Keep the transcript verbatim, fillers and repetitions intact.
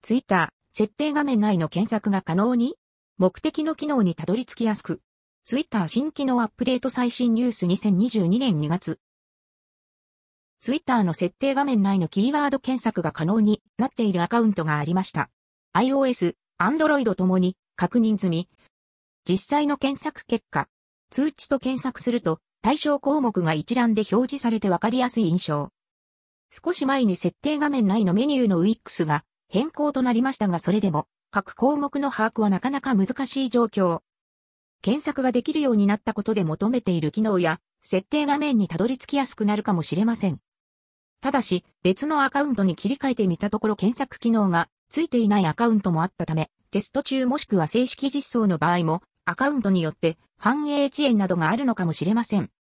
Twitter、設定画面内の検索が可能に？目的の機能にたどり着きやすく。Twitter 新機能アップデート最新ニュースにせんにじゅうにねんにがつ。Twitter の設定画面内のキーワード検索が可能になっているアカウントがありました。iOS、Android ともに確認済み。実際の検索結果。通知と検索すると対象項目が一覧で表示されてわかりやすい印象。少し前に設定画面内のメニューの ウィックス が変更となりましたがそれでも各項目の把握はなかなか難しい状況。検索ができるようになったことで求めている機能や設定画面にたどり着きやすくなるかもしれません。ただし別のアカウントに切り替えてみたところ検索機能がついていないアカウントもあったためテスト中もしくは正式実装の場合もアカウントによって反映遅延などがあるのかもしれません。